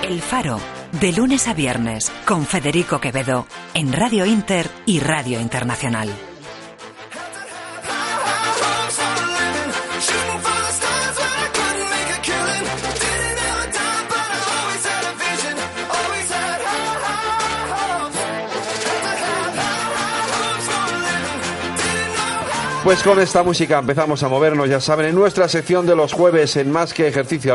El Faro, de lunes a viernes, con Federico Quevedo, en Radio Inter y Radio Internacional. Pues con esta música empezamos a movernos, ya saben, en nuestra sección de los jueves en Más que Ejercicio,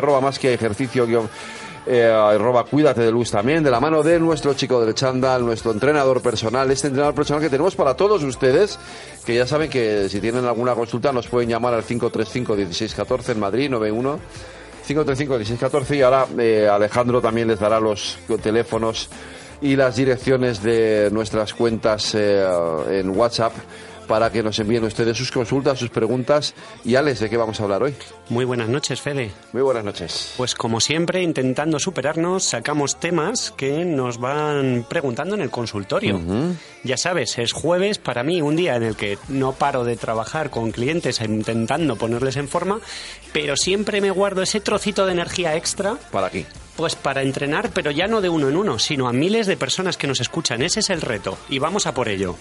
arroba Cuídate de Luz también, de la mano de nuestro chico del chándal, nuestro entrenador personal, este entrenador personal que tenemos para todos ustedes, que ya saben que si tienen alguna consulta nos pueden llamar al 535-1614 en Madrid, 91 535-1614, y ahora Alejandro también les dará los teléfonos y las direcciones de nuestras cuentas en WhatsApp, para que nos envíen ustedes sus consultas, sus preguntas. Y Alex, ¿de qué vamos a hablar hoy? Muy buenas noches, Fede. Muy buenas noches. Pues como siempre, intentando superarnos, sacamos temas que nos van preguntando en el consultorio. Ya sabes, es jueves, para mí un día en el que no paro de trabajar con clientes intentando ponerles en forma, pero siempre me guardo ese trocito de energía extra. ¿Para aquí? Pues para entrenar, pero ya no de uno en uno, sino a miles de personas que nos escuchan. Ese es el reto y vamos a por ello.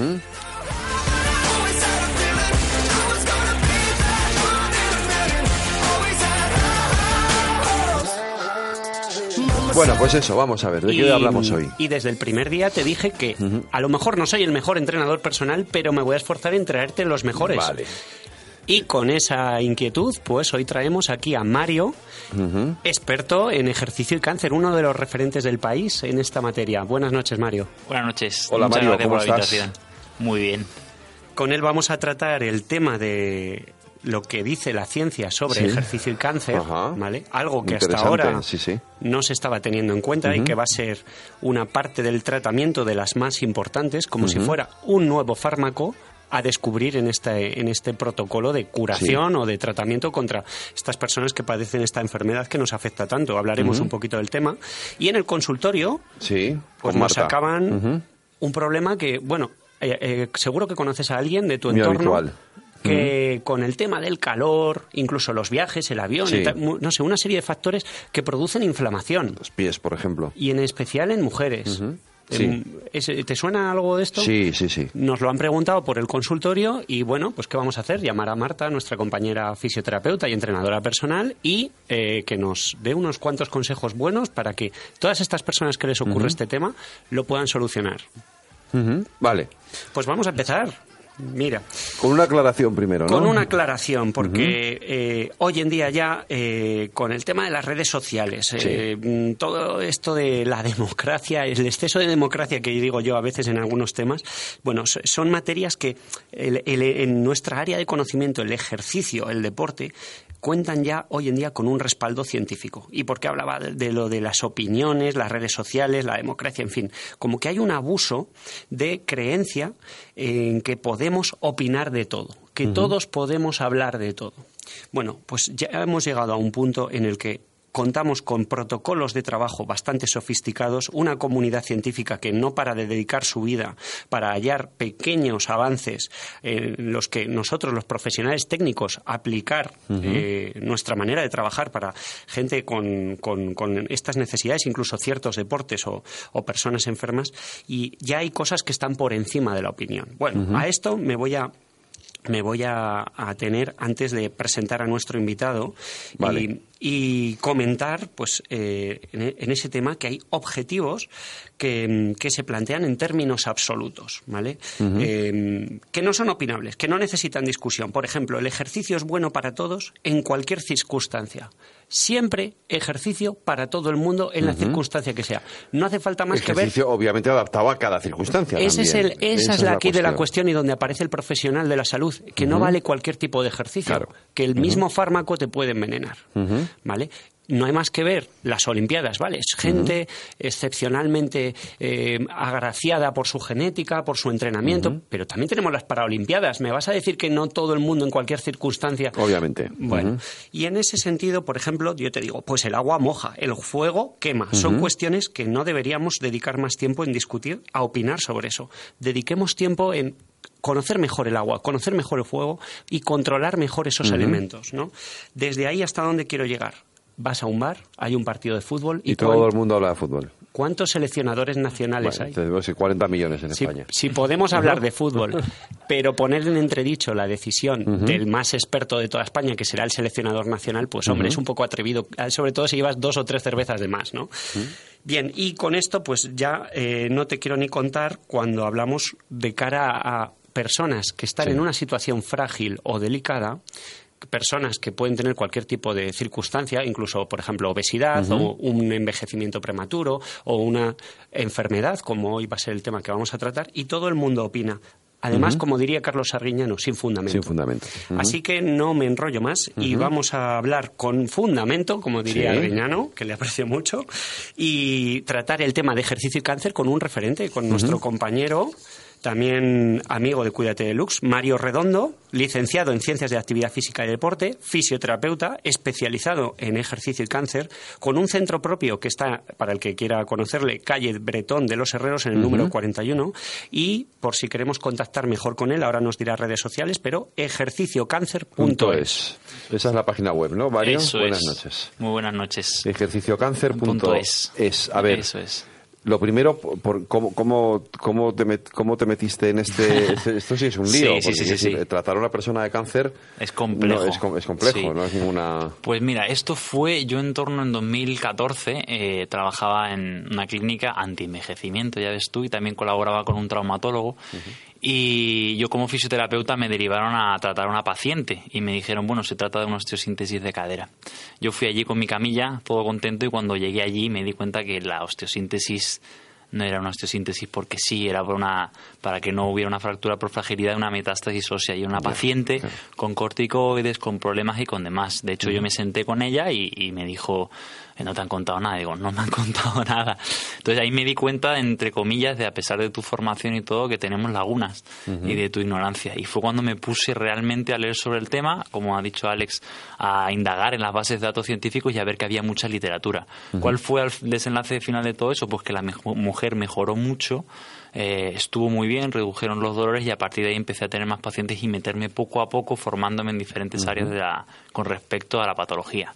Bueno, pues eso, vamos a ver, ¿de qué hablamos hoy? Y desde el primer día te dije que a lo mejor no soy el mejor entrenador personal, pero me voy a esforzar en traerte los mejores. Vale. Y con esa inquietud, pues hoy traemos aquí a Mario, experto en ejercicio y cáncer, uno de los referentes del país en esta materia. Buenas noches, Mario. Buenas noches. Hola, Muchas Mario, gracias ¿cómo por la estás? invitación. Muy bien. Con él vamos a tratar el tema de lo que dice la ciencia sobre ejercicio y cáncer, ¿vale? Algo que hasta ahora no se estaba teniendo en cuenta y que va a ser una parte del tratamiento de las más importantes, como si fuera un nuevo fármaco a descubrir en este protocolo de curación o de tratamiento contra estas personas que padecen esta enfermedad que nos afecta tanto. Hablaremos un poquito del tema. Y en el consultorio, pues nos sacaban un problema que, bueno, seguro que conoces a alguien de tu entorno habitual, que con el tema del calor, incluso los viajes, el avión, no sé, una serie de factores que producen inflamación. Los pies, por ejemplo. Y en especial en mujeres. ¿Te suena algo de esto? Sí. Nos lo han preguntado por el consultorio y bueno, pues ¿qué vamos a hacer? Llamar a Marta, nuestra compañera fisioterapeuta y entrenadora personal, y que nos dé unos cuantos consejos buenos para que todas estas personas que les ocurre este tema lo puedan solucionar. Vale. Pues vamos a empezar. Mira, con una aclaración primero, ¿no? Con una aclaración, porque hoy en día ya, con el tema de las redes sociales, todo esto de la democracia, el exceso de democracia que digo yo a veces en algunos temas, bueno, son materias que en nuestra área de conocimiento, el ejercicio, el deporte, cuentan ya hoy en día con un respaldo científico. ¿Y por qué hablaba de lo de las opiniones, las redes sociales, la democracia, en fin? Como que hay un abuso de creencia en que podemos opinar de todo, que todos podemos hablar de todo. Bueno, pues ya hemos llegado a un punto en el que contamos con protocolos de trabajo bastante sofisticados, una comunidad científica que no para de dedicar su vida para hallar pequeños avances en los que nosotros, los profesionales técnicos, aplicar nuestra manera de trabajar para gente con estas necesidades, incluso ciertos deportes o personas enfermas, y ya hay cosas que están por encima de la opinión. Bueno, a esto me voy a tener antes de presentar a nuestro invitado. Vale. Y comentar, pues, en ese tema que hay objetivos que se plantean en términos absolutos, ¿vale? Que no son opinables, que no necesitan discusión. Por ejemplo, el ejercicio es bueno para todos en cualquier circunstancia. Siempre ejercicio para todo el mundo en la circunstancia que sea. No hace falta más que ver... Ejercicio obviamente adaptado a cada circunstancia. Esa es la quid de la cuestión, y donde aparece el profesional de la salud, que no vale cualquier tipo de ejercicio, que el mismo fármaco te puede envenenar. ¿Vale? No hay más que ver las Olimpiadas, ¿vale? Es gente excepcionalmente agraciada por su genética, por su entrenamiento, pero también tenemos las Paralimpiadas. ¿Me vas a decir que no todo el mundo en cualquier circunstancia? Obviamente. Bueno, y en ese sentido, por ejemplo, yo te digo, pues el agua moja, el fuego quema. Son cuestiones que no deberíamos dedicar más tiempo en discutir, a opinar sobre eso. Dediquemos tiempo en conocer mejor el agua, conocer mejor el fuego y controlar mejor esos elementos, ¿no? Desde ahí, ¿hasta dónde quiero llegar? vas a un bar, hay un partido de fútbol y todo el mundo habla de fútbol. ¿Cuántos seleccionadores nacionales hay? Tenemos 40 millones en España. Si podemos hablar de fútbol, pero poner en entredicho la decisión del más experto de toda España, que será el seleccionador nacional, pues hombre, es un poco atrevido, sobre todo si llevas 2 o 3 cervezas de más, ¿no? Bien, y con esto pues ya no te quiero ni contar cuando hablamos de cara a personas que están en una situación frágil o delicada, personas que pueden tener cualquier tipo de circunstancia, incluso, por ejemplo, obesidad o un envejecimiento prematuro o una enfermedad, como hoy va a ser el tema que vamos a tratar, y todo el mundo opina. Además, como diría Carlos Arguiñano, sin fundamento. Sin fundamento. Así que no me enrollo más y vamos a hablar con fundamento, como diría Arguiñano, que le aprecio mucho, y tratar el tema de ejercicio y cáncer con un referente, con nuestro compañero, también amigo de Cuídate Deluxe, Mario Redondo, licenciado en Ciencias de Actividad Física y Deporte, fisioterapeuta, especializado en ejercicio y cáncer, con un centro propio que está, para el que quiera conocerle, calle Bretón de los Herreros, en el número 41, y por si queremos contactar mejor con él, ahora nos dirá redes sociales, pero ejerciciocáncer.es. Esa es la página web, ¿no, Mario? Eso buenas noches. Muy buenas noches. Ejerciciocáncer.es. A ver, eso es. Lo primero, ¿cómo te metiste en esto sí es un lío. Sí. Tratar a una persona de cáncer es complejo. No, es complejo, sí. No es ninguna... Pues mira, esto fue, yo en torno en 2014 trabajaba en una clínica anti-envejecimiento, ya ves tú, y también colaboraba con un traumatólogo. Y yo como fisioterapeuta me derivaron a tratar a una paciente y me dijeron, bueno, se trata de una osteosíntesis de cadera. Yo fui allí con mi camilla, todo contento, y cuando llegué allí me di cuenta que la osteosíntesis no era una osteosíntesis porque sí, era para que no hubiera una fractura por fragilidad, una metástasis ósea. Y una paciente con corticoides, con problemas y con demás. De hecho, yo me senté con ella y me dijo, no te han contado nada. Digo, no me han contado nada. Entonces ahí me di cuenta, entre comillas, de a pesar de tu formación y todo, que tenemos lagunas y de tu ignorancia. Y fue cuando me puse realmente a leer sobre el tema, como ha dicho Alex, a indagar en las bases de datos científicos y a ver que había mucha literatura. ¿Cuál fue el desenlace final de todo eso? Pues que la mujer mejoró mucho, estuvo muy bien, redujeron los dolores y a partir de ahí empecé a tener más pacientes y meterme poco a poco formándome en diferentes áreas con respecto a la patología.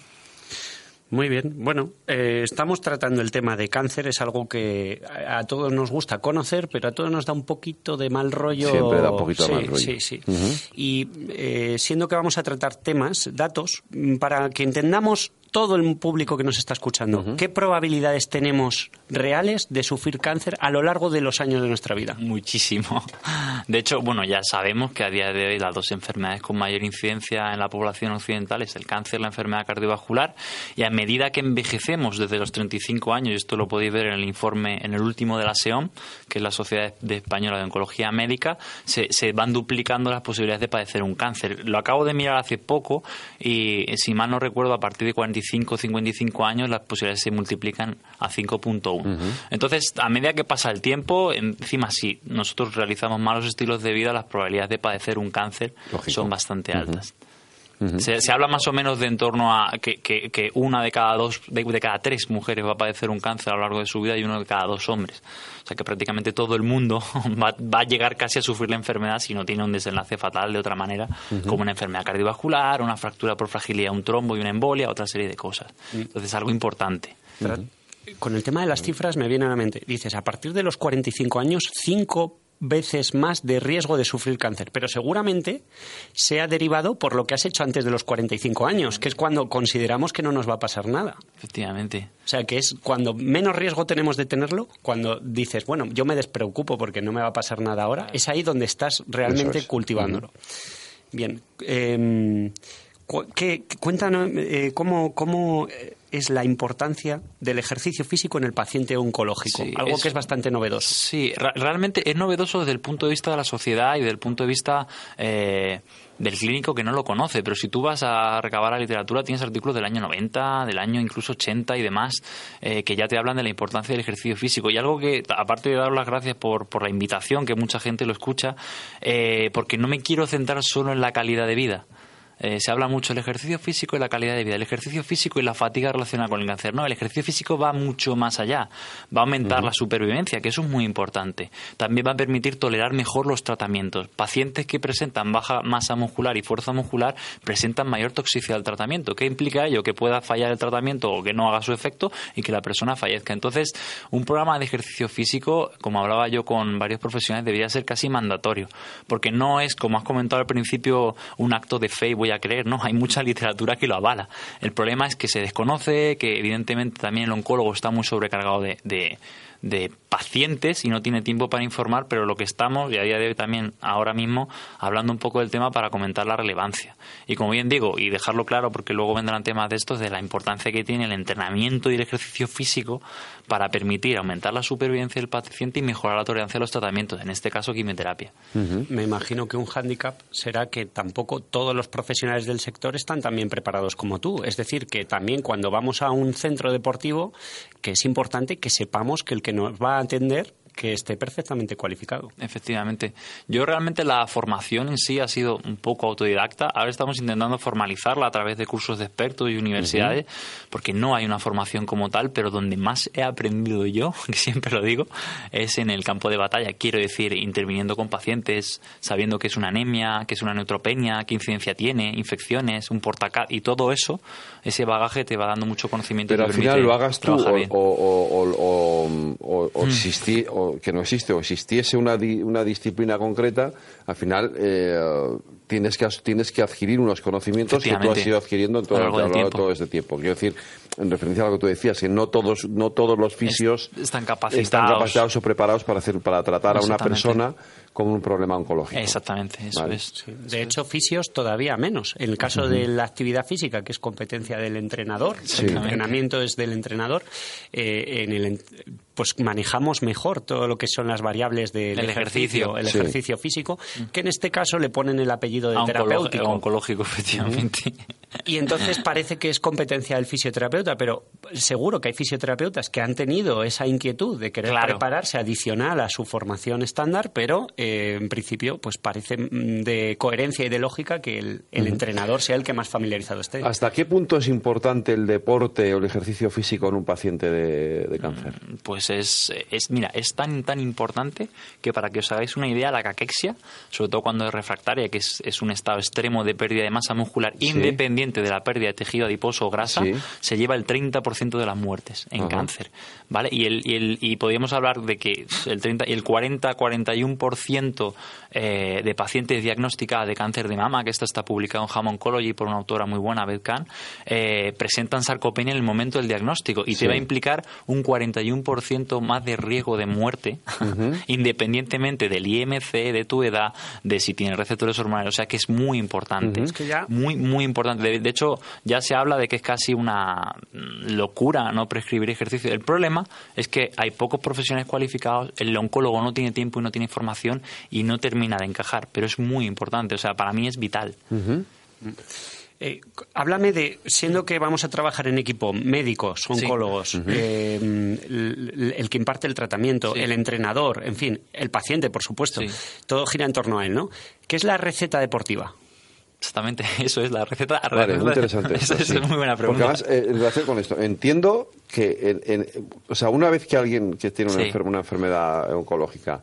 Muy bien. Bueno, estamos tratando el tema de cáncer. Es algo que a todos nos gusta conocer, pero a todos nos da un poquito de mal rollo. Siempre da un poquito de mal rollo. Sí. Y siendo que vamos a tratar temas, datos, para que entendamos todo el público que nos está escuchando, ¿qué probabilidades tenemos reales de sufrir cáncer a lo largo de los años de nuestra vida? Muchísimo. De hecho, bueno, ya sabemos que a día de hoy las 2 enfermedades con mayor incidencia en la población occidental es el cáncer y la enfermedad cardiovascular, y a medida que envejecemos desde los 35 años, y esto lo podéis ver en el informe, en el último de la SEOM, que es la Sociedad Española de Oncología Médica, se van duplicando las posibilidades de padecer un cáncer. Lo acabo de mirar hace poco y, si mal no recuerdo, a partir de 45 o 55 años las posibilidades se multiplican a 5.1. Entonces, a medida que pasa el tiempo, encima si nosotros realizamos malos estilos de vida, las probabilidades de padecer un cáncer son bastante altas. Se habla más o menos de en torno a que una de cada 3 mujeres va a padecer un cáncer a lo largo de su vida y uno de cada 2 hombres. O sea que prácticamente todo el mundo va a llegar casi a sufrir la enfermedad si no tiene un desenlace fatal de otra manera, como una enfermedad cardiovascular, una fractura por fragilidad, un trombo y una embolia, otra serie de cosas. Entonces es algo importante. Con el tema de las cifras me viene a la mente. Dices, a partir de los 45 años, 5 veces más de riesgo de sufrir cáncer, pero seguramente sea derivado por lo que has hecho antes de los 45 años, que es cuando consideramos que no nos va a pasar nada. Efectivamente. O sea, que es cuando menos riesgo tenemos de tenerlo, cuando dices, bueno, yo me despreocupo porque no me va a pasar nada ahora, es ahí donde estás realmente cultivándolo. Bien. Cuéntanos cómo es la importancia del ejercicio físico en el paciente oncológico, algo que es bastante novedoso. Sí, realmente es novedoso desde el punto de vista de la sociedad y desde el punto de vista del clínico que no lo conoce, pero si tú vas a recabar la literatura tienes artículos del año 90, del año incluso 80 y demás, que ya te hablan de la importancia del ejercicio físico. Y algo que, aparte de daros las gracias por la invitación, que mucha gente lo escucha, porque no me quiero centrar solo en la calidad de vida. Se habla mucho del ejercicio físico y la calidad de vida, el ejercicio físico y la fatiga relacionada con el cáncer. No, el ejercicio físico va mucho más allá, va a aumentar la supervivencia, que eso es muy importante. También va a permitir tolerar mejor los tratamientos. Pacientes que presentan baja masa muscular y fuerza muscular presentan mayor toxicidad del tratamiento. ¿Qué implica ello? Que pueda fallar el tratamiento o que no haga su efecto y que la persona fallezca. Entonces, un programa de ejercicio físico, como hablaba yo con varios profesionales, debería ser casi mandatorio, porque no es, como has comentado al principio, un acto de fe y voy a creer, ¿no? Hay mucha literatura que lo avala. El problema es que se desconoce, que evidentemente también el oncólogo está muy sobrecargado de pacientes y no tiene tiempo para informar, pero lo que estamos, y a día de hoy también ahora mismo, hablando un poco del tema para comentar la relevancia. Y como bien digo, y dejarlo claro porque luego vendrán temas de estos, de la importancia que tiene el entrenamiento y el ejercicio físico para permitir aumentar la supervivencia del paciente y mejorar la tolerancia a los tratamientos, en este caso quimioterapia. Me imagino que un hándicap será que tampoco todos los profesionales del sector están tan bien preparados como tú. Es decir, que también cuando vamos a un centro deportivo, que es importante que sepamos que el que nos va a atender que esté perfectamente cualificado. Efectivamente. Yo realmente la formación en sí ha sido un poco autodidacta. Ahora estamos intentando formalizarla a través de cursos de expertos y universidades, porque no hay una formación como tal, pero donde más he aprendido yo, que siempre lo digo, es en el campo de batalla. Quiero decir, interviniendo con pacientes, sabiendo qué es una anemia, qué es una neutropenia, qué incidencia tiene, infecciones, un portacat, y todo eso, ese bagaje te va dando mucho conocimiento. Pero al final lo hagas tú o que no existe o existiese una disciplina concreta, al final tienes que adquirir unos conocimientos que tú has ido adquiriendo a lo largo de todo este tiempo. Quiero decir, en referencia a lo que tú decías, que no todos los fisios están capacitados o preparados para tratar a una persona con un problema oncológico. Exactamente, eso ¿vale? es. Sí. De hecho, fisios todavía menos. En el caso de la actividad física, que es competencia del entrenador, el entrenamiento es del entrenador, pues manejamos mejor todo lo que son las variables del ejercicio físico, que en este caso le ponen el apellido de terapéutico. Oncológico, efectivamente. Y entonces parece que es competencia del fisioterapeuta, pero seguro que hay fisioterapeutas que han tenido esa inquietud de querer prepararse adicional a su formación estándar, pero en principio pues parece de coherencia y de lógica que el entrenador sea el que más familiarizado esté. ¿Hasta qué punto es importante el deporte o el ejercicio físico en un paciente de cáncer? Pues es tan importante que, para que os hagáis una idea, la caquexia, sobre todo cuando es refractaria, que es un estado extremo de pérdida de masa muscular independiente de la pérdida de tejido adiposo o grasa, se lleva el 30% de las muertes en cáncer, ¿vale? Y podríamos hablar de que el 30 y el 41% de pacientes diagnosticados de cáncer de mama, que esto está publicado en JAMA Oncology por una autora muy buena, Beth Kahn, presentan sarcopenia en el momento del diagnóstico, y te va a implicar un 41% más de riesgo de muerte, independientemente del IMC, de tu edad, de si tienes receptores hormonales. O sea que es muy importante, Es que ya... muy importante. De hecho, ya se habla de que es casi una locura no prescribir ejercicio. El problema es que hay pocos profesionales cualificados, el oncólogo no tiene tiempo y no tiene información y no termina de encajar, pero es muy importante. O sea, para mí es vital. Háblame de, siendo que vamos a trabajar en equipo, médicos, oncólogos, el que imparte el tratamiento, el entrenador, en fin, el paciente, por supuesto, todo gira en torno a él, ¿no? ¿Qué es la receta deportiva? Exactamente, eso es la receta. Vale, muy interesante. Esa es muy buena pregunta. Porque además, en relación con esto, entiendo que, o sea, una vez que alguien que tiene una enfermedad oncológica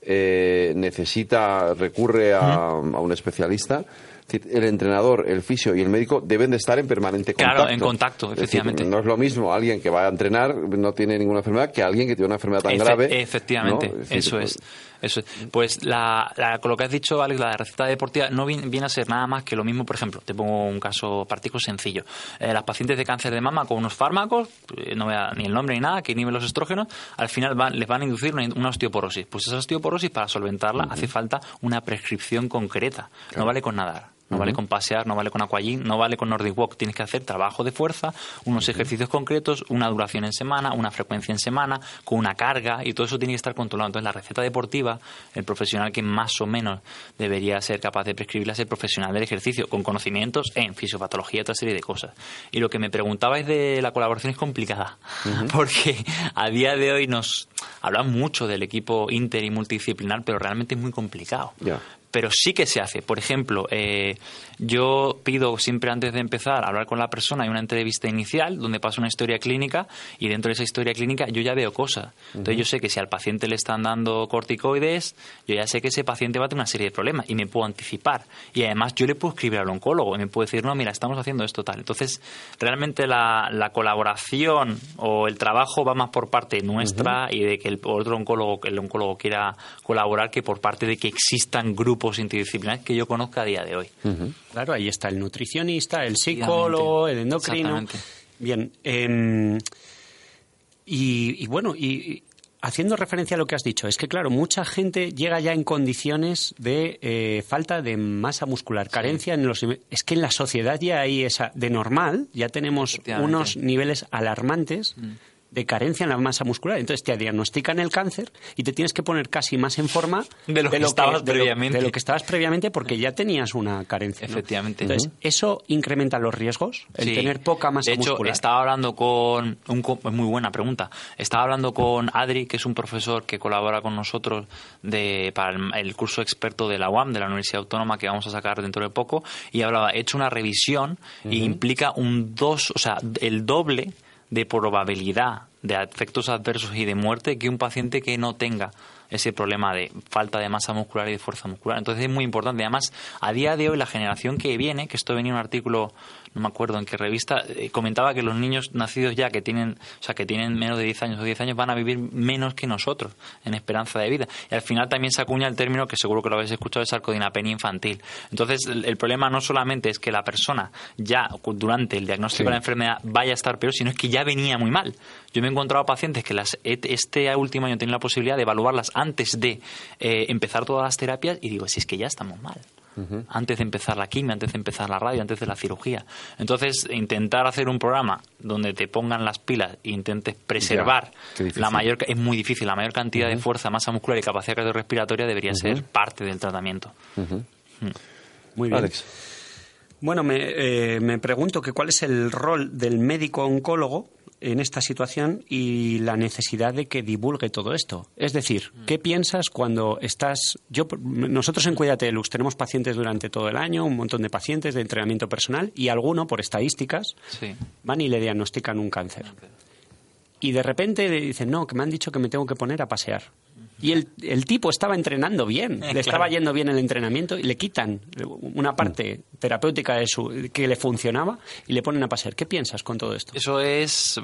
recurre a un especialista, el entrenador, el fisio y el médico deben de estar en permanente contacto. Claro, en contacto, efectivamente. Es decir, no es lo mismo alguien que va a entrenar, no tiene ninguna enfermedad, que alguien que tiene una enfermedad tan grave. Efectivamente, ¿no? Eso es. Pues con lo que has dicho, Alex, la receta deportiva no viene a ser nada más que lo mismo. Por ejemplo, te pongo un caso práctico sencillo. Las pacientes de cáncer de mama con unos fármacos, no voy a ni el nombre ni nada, que inhiben los estrógenos, al final les van a inducir una osteoporosis. Pues esa osteoporosis, para solventarla, hace falta una prescripción concreta. No vale con nadar. No vale con pasear, no vale con aquagym, no vale con Nordic Walk. Tienes que hacer trabajo de fuerza, unos ejercicios concretos, una duración en semana, una frecuencia en semana, con una carga, y todo eso tiene que estar controlado. Entonces, la receta deportiva, el profesional que más o menos debería ser capaz de prescribirla es el profesional del ejercicio, con conocimientos en fisiopatología y otra serie de cosas. Y lo que me preguntabais de la colaboración es complicada, porque a día de hoy nos hablan mucho del equipo inter y multidisciplinar, pero realmente es muy complicado. pero sí que se hace. Por ejemplo, yo pido siempre antes de empezar a hablar con la persona, hay una entrevista inicial donde pasa una historia clínica y dentro de esa historia clínica yo ya veo cosas. Entonces yo sé que si al paciente le están dando corticoides, yo ya sé que ese paciente va a tener una serie de problemas y me puedo anticipar. Y además yo le puedo escribir al oncólogo y me puede decir, no, mira, estamos haciendo esto tal. Entonces realmente la colaboración o el trabajo va más por parte nuestra y de que el oncólogo quiera colaborar que por parte de que existan grupos interdisciplinares que yo conozca a día de hoy. Claro, ahí está el nutricionista, el psicólogo, el endocrino. Bien, y haciendo referencia a lo que has dicho, es que claro, mucha gente llega ya en condiciones de falta de masa muscular, carencia en los... Es que en la sociedad ya hay esa... De normal, ya tenemos unos niveles alarmantes de carencia en la masa muscular. Entonces te diagnostican el cáncer y te tienes que poner casi más en forma de lo que estabas previamente porque ya tenías una carencia, ¿no? Efectivamente. Entonces, ¿eso incrementa los riesgos? El tener poca masa muscular. De hecho, estaba hablando con... Es muy buena pregunta. Estaba hablando con Adri, que es un profesor que colabora con nosotros para el curso experto de la UAM, de la Universidad Autónoma, que vamos a sacar dentro de poco, y hablaba, he hecho una revisión y implica el doble de probabilidad de efectos adversos y de muerte que un paciente que no tenga ese problema de falta de masa muscular y de fuerza muscular. Entonces es muy importante. Además, a día de hoy la generación que viene, que esto venía en un artículo, no me acuerdo en qué revista, comentaba que los niños nacidos ya que tienen menos de 10 años o 10 años van a vivir menos que nosotros en esperanza de vida. Y al final también se acuña el término, que seguro que lo habéis escuchado, de sarcodinapenia infantil. Entonces el problema no solamente es que la persona ya durante el diagnóstico de la enfermedad vaya a estar peor, sino es que ya venía muy mal. Yo me he encontrado pacientes que este último año tienen la posibilidad de evaluarlas antes de empezar todas las terapias y digo, si es que ya estamos mal. Antes de empezar la quimio, antes de empezar la radio, antes de la cirugía. Entonces, intentar hacer un programa donde te pongan las pilas e intentes preservar es muy difícil. La mayor cantidad de fuerza, masa muscular y capacidad cardiorrespiratoria debería ser parte del tratamiento. Muy bien. Alex. Bueno, me pregunto que cuál es el rol del médico oncólogo en esta situación y la necesidad de que divulgue todo esto. Es decir, ¿qué piensas cuando estás... Nosotros en Cuídate Lux tenemos pacientes durante todo el año, un montón de pacientes de entrenamiento personal y alguno, por estadísticas, van y le diagnostican un cáncer. Y de repente le dicen, no, que me han dicho que me tengo que poner a pasear. Y el tipo estaba entrenando bien, le estaba yendo bien el entrenamiento y le quitan una parte terapéutica que le funcionaba y le ponen a pasear. ¿Qué piensas con todo esto? Eso es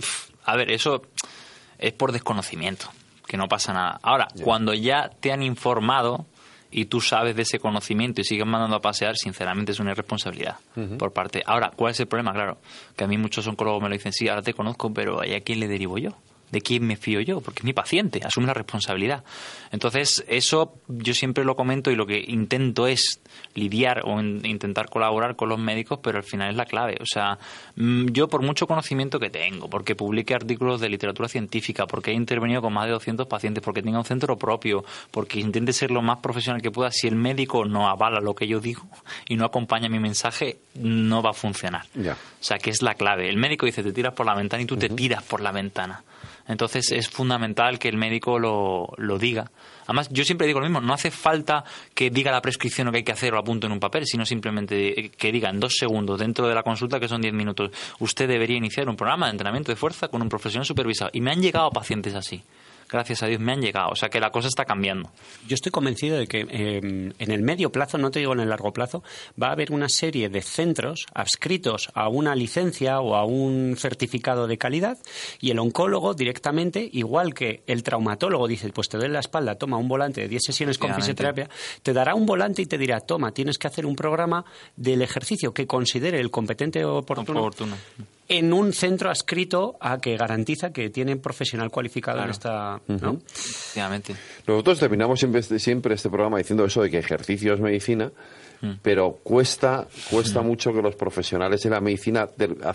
por desconocimiento, que no pasa nada. Ahora, cuando ya te han informado y tú sabes de ese conocimiento y sigues mandando a pasear, sinceramente es una irresponsabilidad por parte. Ahora, ¿cuál es el problema? Claro, que a mí muchos oncólogos me lo dicen, sí, ahora te conozco, pero ¿a quién le derivo yo? ¿De quién me fío yo? Porque es mi paciente, asume la responsabilidad. Entonces, eso yo siempre lo comento y lo que intento es lidiar o intentar colaborar con los médicos, pero al final es la clave. O sea, yo por mucho conocimiento que tengo, porque publique artículos de literatura científica, porque he intervenido con más de 200 pacientes, porque tenga un centro propio, porque intente ser lo más profesional que pueda, si el médico no avala lo que yo digo y no acompaña mi mensaje, no va a funcionar. O sea, que es la clave. El médico dice, te tiras por la ventana y tú te tiras por la ventana. Entonces es fundamental que el médico lo diga. Además, yo siempre digo lo mismo, no hace falta que diga la prescripción o que hay que hacer o apunte en un papel, sino simplemente que diga en 2 segundos dentro de la consulta, que son 10 minutos, usted debería iniciar un programa de entrenamiento de fuerza con un profesional supervisado. Y me han llegado pacientes así. Gracias a Dios me han llegado. O sea que la cosa está cambiando. Yo estoy convencido de que en el medio plazo, no te digo en el largo plazo, va a haber una serie de centros adscritos a una licencia o a un certificado de calidad y el oncólogo directamente, igual que el traumatólogo dice, pues te duele la espalda, toma un volante de 10 sesiones con fisioterapia, te dará un volante y te dirá, toma, tienes que hacer un programa del ejercicio que considere el competente oportuno. En un centro adscrito a que garantiza que tiene profesional cualificado en esta... ¿no? Efectivamente. Nosotros terminamos siempre este programa diciendo eso de que ejercicio es medicina, pero cuesta mucho que los profesionales de la medicina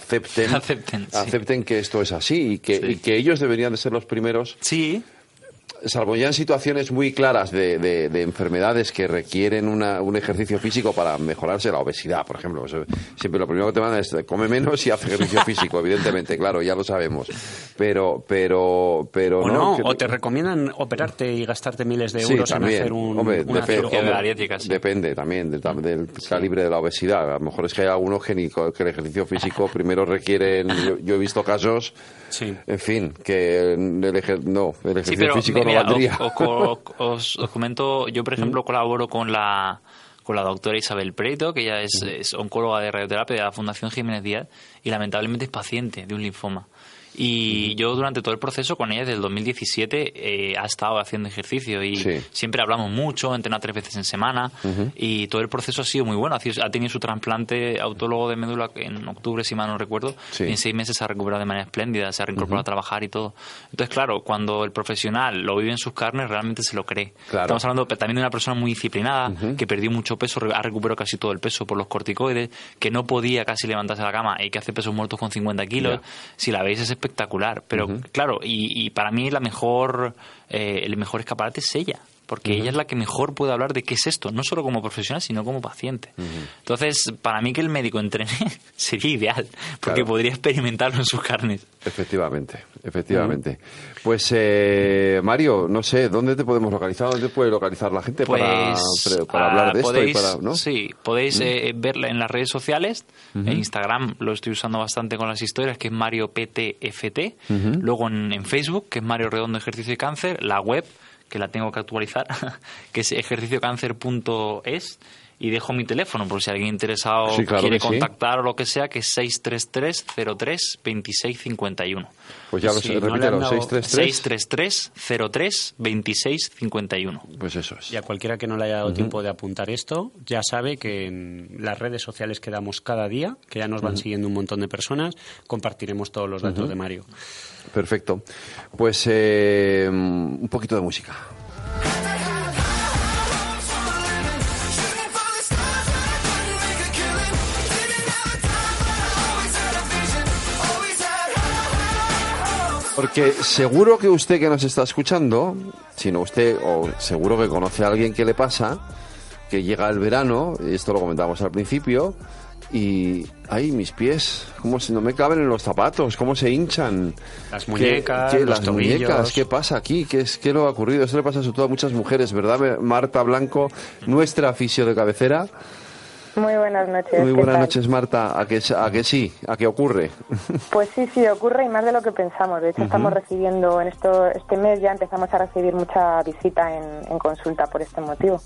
acepten que esto es así y que ellos deberían de ser los primeros salvo ya en situaciones muy claras de enfermedades que requieren un ejercicio físico para mejorarse, la obesidad, por ejemplo. Siempre lo primero que te mandan es come menos y haz ejercicio físico, evidentemente, claro, ya lo sabemos. Pero no, o te recomiendan operarte y gastarte miles de euros en hacer una cirugía bariátrica. Sí. Depende también del calibre de la obesidad. A lo mejor es que hay algunos que el ejercicio físico primero requieren... Yo he visto casos... Sí. En fin, que el ejercicio físico no valdría. Os comento, yo por ejemplo colaboro con la doctora Isabel Preto, que ella es oncóloga de radioterapia de la Fundación Jiménez Díaz y lamentablemente es paciente de un linfoma. Y yo durante todo el proceso con ella, desde el 2017, ha estado haciendo ejercicio y siempre hablamos mucho, entrena 3 veces en semana y todo el proceso ha sido muy bueno. Ha tenido su trasplante autólogo de médula en octubre, si mal no recuerdo, y en 6 meses se ha recuperado de manera espléndida, se ha reincorporado a trabajar y todo. Entonces, claro, cuando el profesional lo vive en sus carnes, realmente se lo cree. Claro. Estamos hablando también de una persona muy disciplinada, que perdió mucho peso, ha recuperado casi todo el peso por los corticoides, que no podía casi levantarse de la cama y que hace pesos muertos con 50 kilos. Si la veis es espectacular, pero claro, y para mí el mejor escaparate es ella, porque ella es la que mejor puede hablar de qué es esto, no solo como profesional, sino como paciente. Entonces, para mí que el médico entrene sería ideal, porque podría experimentarlo en sus carnes. Efectivamente. Pues, Mario, no sé, ¿dónde te podemos localizar? ¿Dónde puede localizar la gente para hablar de esto? ¿No? Sí, podéis verla en las redes sociales. En Instagram lo estoy usando bastante con las historias, que es Mario PTFT. Luego en Facebook, que es Mario Redondo Ejercicio y Cáncer. La web, que la tengo que actualizar, que es ejerciciocáncer.es. Y dejo mi teléfono por si alguien interesado quiere contactar o lo que sea, que es 633-03-2651. Pues ya repítelo, 633-03-2651. Pues eso es. Y a cualquiera que no le haya dado tiempo de apuntar esto, ya sabe que en las redes sociales que damos cada día, que ya nos van siguiendo un montón de personas, compartiremos todos los datos de Mario. Perfecto. Pues un poquito de música. Porque seguro que usted que nos está escuchando, sino usted, o seguro que conoce a alguien que le pasa, que llega el verano, y esto lo comentábamos al principio, y ¡ay, mis pies! Como si no me caben en los zapatos, cómo se hinchan. Las muñecas, los tobillos. Muñecas, ¿qué pasa aquí? ¿Qué lo ha ocurrido? Esto le pasa sobre todo a muchas mujeres, ¿verdad? Marta Blanco, nuestra fisio de cabecera. Muy buenas noches. Muy buenas noches, Marta. ¿A que sí? ¿A qué ocurre? Pues sí, ocurre y más de lo que pensamos. De hecho, estamos recibiendo este mes ya empezamos a recibir mucha visita en consulta por este motivo.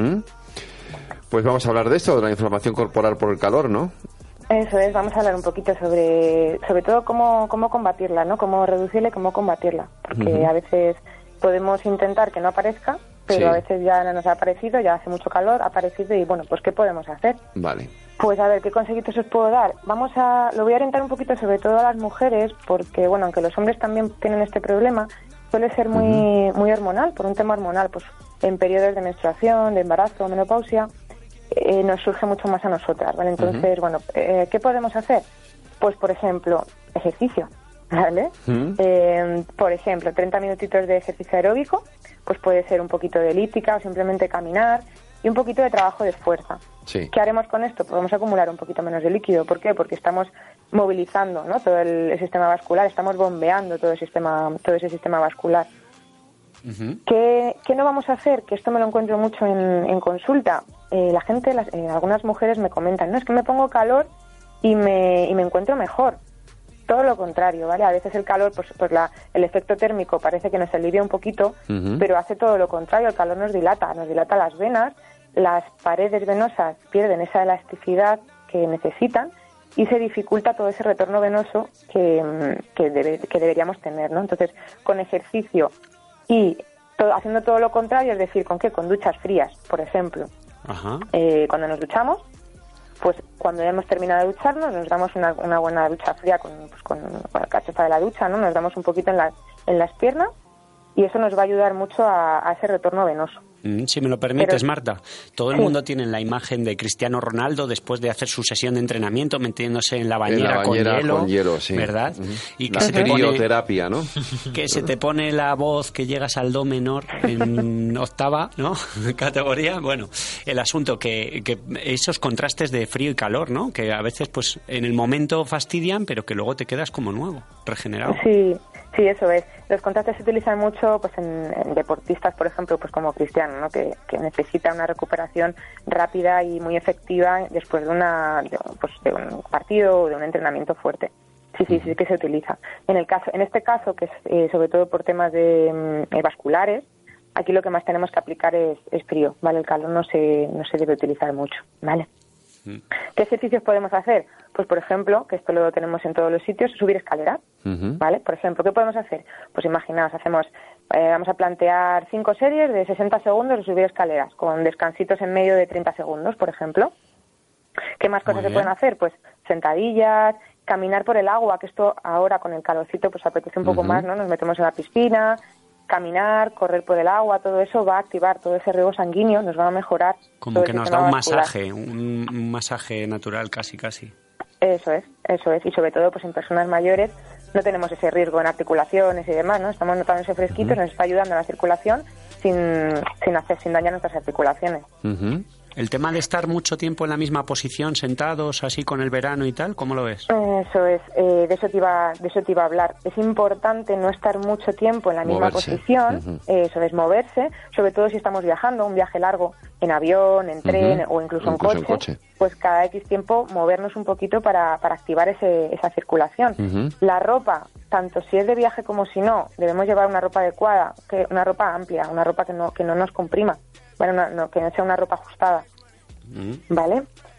Pues vamos a hablar de esto, de la inflamación corporal por el calor, ¿no? Eso es, vamos a hablar un poquito sobre todo cómo combatirla, ¿no? Cómo reducirla y cómo combatirla. Porque a veces podemos intentar que no aparezca, pero a veces ya no nos ha aparecido, ya hace mucho calor, ha aparecido y bueno, pues ¿qué podemos hacer? Vale. Pues a ver, ¿qué consejitos os puedo dar? Lo voy a orientar un poquito sobre todo a las mujeres, porque bueno, aunque los hombres también tienen este problema, suele ser muy hormonal, por un tema hormonal, pues en periodos de menstruación, de embarazo, menopausia, nos surge mucho más a nosotras, ¿vale? Entonces, bueno, ¿qué podemos hacer? Pues, por ejemplo, ejercicio, ¿vale? Por ejemplo, 30 minutitos de ejercicio aeróbico, pues puede ser un poquito de elíptica o simplemente caminar y un poquito de trabajo de fuerza. Sí. ¿Qué haremos con esto? Pues vamos a acumular un poquito menos de líquido. ¿Por qué? Porque estamos movilizando, ¿no? Todo el sistema vascular, estamos bombeando todo ese sistema vascular. ¿Qué no vamos a hacer? Que esto me lo encuentro mucho en consulta. La gente, algunas mujeres me comentan, no, es que me pongo calor y me encuentro mejor. Todo lo contrario, ¿vale? A veces el calor, pues el efecto térmico parece que nos alivia un poquito, pero hace todo lo contrario. El calor nos dilata las venas, las paredes venosas pierden esa elasticidad que necesitan y se dificulta todo ese retorno venoso que deberíamos tener, ¿no? Entonces, con ejercicio y haciendo todo lo contrario, es decir, ¿con qué? Con duchas frías, por ejemplo. Cuando nos duchamos, pues cuando ya hemos terminado de ducharnos, nos damos una buena ducha fría con la cachofa de la ducha, ¿no? Nos damos un poquito en las piernas y eso nos va a ayudar mucho a ese retorno venoso. Si me lo permites, Pero, Marta, todo el mundo tiene la imagen de Cristiano Ronaldo después de hacer su sesión de entrenamiento metiéndose en la bañera, con hielo, sí. ¿verdad? Y que la se te pone crioterapia, ¿no? Que se te pone la voz, que llegas al do menor en octava, ¿no? Categoría. Bueno, el asunto que esos contrastes de frío y calor, ¿no? Que a veces, pues, en el momento fastidian, pero que luego te quedas como nuevo, regenerado. Sí, eso es. Los contrastes se utilizan mucho pues en deportistas, por ejemplo, pues como Cristiano, ¿no? Que necesita una recuperación rápida y muy efectiva después de de un partido o de un entrenamiento fuerte. Sí que se utiliza. En este caso, que es sobre todo por temas de vasculares, aquí lo que más tenemos que aplicar es frío, ¿vale? El calor no se debe utilizar mucho, ¿vale? ¿Qué ejercicios podemos hacer? Pues, por ejemplo, que esto lo tenemos en todos los sitios, subir escaleras, ¿vale? Por ejemplo, ¿qué podemos hacer? Pues imaginaos, vamos a plantear 5 series de 60 segundos de subir escaleras, con descansitos en medio de 30 segundos, por ejemplo. ¿Qué más cosas se pueden hacer? Pues sentadillas, caminar por el agua, que esto ahora con el calorcito pues apetece un poco más, ¿no? Nos metemos en la piscina, caminar, correr por el agua, todo eso va a activar todo ese riego sanguíneo, nos va a mejorar. Como que nos da un masaje, un masaje natural casi. Eso es. Y sobre todo pues en personas mayores no tenemos ese riesgo en articulaciones y demás, ¿no? Estamos notando ese fresquito, nos está ayudando a la circulación sin dañar nuestras articulaciones. El tema de estar mucho tiempo en la misma posición, sentados, así con el verano y tal, ¿cómo lo ves? Eso es, de eso te iba a hablar. Es importante no estar mucho tiempo en la misma posición, eso es, moverse, sobre todo si estamos viajando, un viaje largo, en avión, en tren o incluso en coche, pues cada X tiempo movernos un poquito para activar esa circulación. La ropa, tanto si es de viaje como si no, debemos llevar una ropa adecuada, una ropa amplia, una ropa que no nos comprima. Bueno, que no sea una ropa ajustada, ¿vale?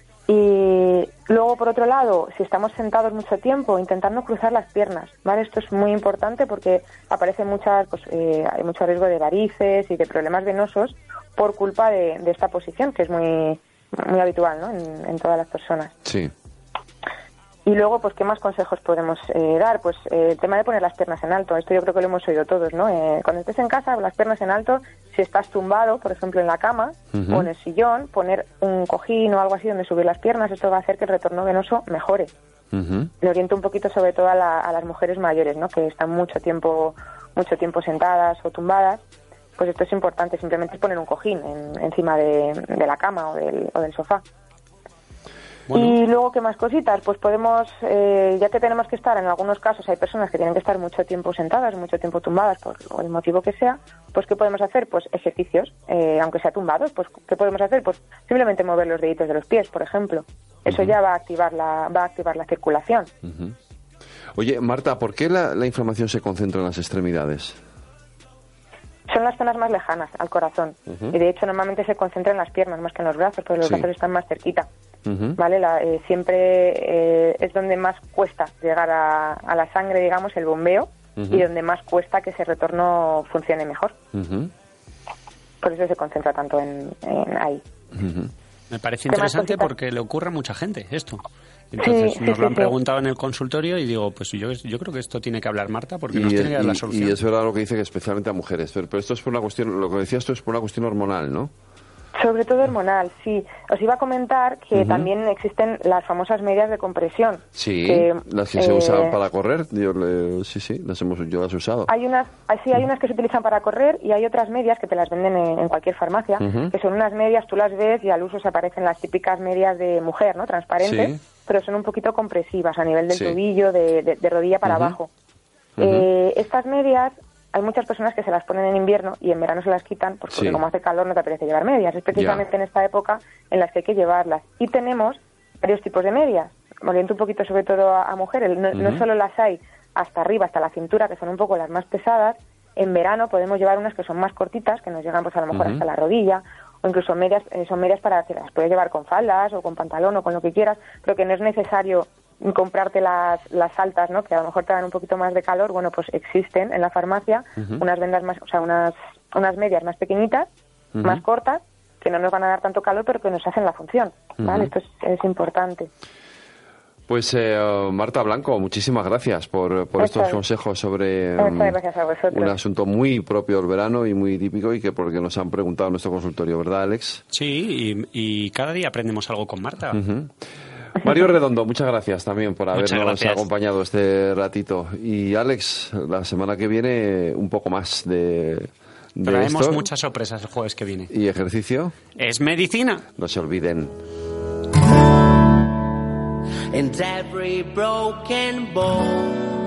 Y luego, por otro lado, si estamos sentados mucho tiempo, intentar no cruzar las piernas, ¿vale? Esto es muy importante porque aparece hay mucho riesgo de varices y de problemas venosos por culpa de esta posición, que es muy, muy habitual, ¿no? En todas las personas. Sí. Y luego, pues, ¿qué más consejos podemos dar? Pues el tema de poner las piernas en alto. Esto yo creo que lo hemos oído todos, ¿no? Cuando estés en casa, las piernas en alto. Si estás tumbado, por ejemplo, en la cama o en el sillón, poner un cojín o algo así donde subir las piernas. Esto va a hacer que el retorno venoso mejore. Le oriento un poquito sobre todo a las mujeres mayores, ¿no? Que están mucho tiempo sentadas o tumbadas. Pues esto es importante. Simplemente es poner un cojín encima de la cama o del sofá. Bueno. Y luego, ¿qué más cositas? Pues podemos, ya que tenemos que estar, en algunos casos hay personas que tienen que estar mucho tiempo sentadas, mucho tiempo tumbadas, por el motivo que sea, pues ¿qué podemos hacer? Pues ejercicios, aunque sea tumbados, pues ¿qué podemos hacer? Pues simplemente mover los deditos de los pies, por ejemplo. Eso ya va a activar la circulación. Oye, Marta, ¿por qué la inflamación se concentra en las extremidades? Son las zonas más lejanas al corazón. Y de hecho normalmente se concentra en las piernas más que en los brazos, porque los brazos están más cerquita. ¿Vale? Siempre es donde más cuesta llegar a la sangre, digamos, el bombeo, y donde más cuesta que ese retorno funcione mejor. Por eso se concentra tanto en ahí. Me parece interesante porque le ocurre a mucha gente esto. Entonces nos lo han preguntado en el consultorio y digo, pues yo creo que esto tiene que hablar Marta porque nos tiene que dar la solución. Y es verdad lo que dice, que especialmente a mujeres. Pero esto es por una cuestión, lo que decías tú es por una cuestión hormonal, ¿no? Sobre todo hormonal, sí. Os iba a comentar que también existen las famosas medias de compresión. Sí, las que se usan para correr. Yo las he usado. Hay unas que se utilizan para correr y hay otras medias que te las venden en cualquier farmacia, que son unas medias, tú las ves y al uso se aparecen las típicas medias de mujer, ¿no? Transparentes, pero son un poquito compresivas a nivel del tobillo, de rodilla para abajo. Estas medias, hay muchas personas que se las ponen en invierno y en verano se las quitan porque como hace calor no te apetece llevar medias. Es precisamente en esta época en las que hay que llevarlas. Y tenemos varios tipos de medias. Me oriento un poquito sobre todo a mujeres. No solo las hay hasta arriba, hasta la cintura, que son un poco las más pesadas. En verano podemos llevar unas que son más cortitas, que nos llegan pues a lo mejor hasta la rodilla, o incluso medias, son medias para que las puedes llevar con faldas o con pantalón o con lo que quieras, pero que no es necesario comprarte las altas, ¿no? Que a lo mejor te dan un poquito más de calor. Bueno, pues existen en la farmacia unas vendas más, o sea, unas medias más pequeñitas, más cortas, que no nos van a dar tanto calor, pero que nos hacen la función, ¿vale? Esto es importante. Pues Marta Blanco, muchísimas gracias por estos consejos sobre gracias a vosotros. Un asunto muy propio del verano y muy típico y que porque nos han preguntado en nuestro consultorio, ¿verdad, Alex? Sí, y cada día aprendemos algo con Marta. Uh-huh. Mario Redondo, muchas gracias también por habernos acompañado este ratito. Y Alex, la semana que viene un poco más de traemos esto. Muchas sorpresas el jueves que viene. ¿Y ejercicio? Es medicina. No se olviden. And every broken bone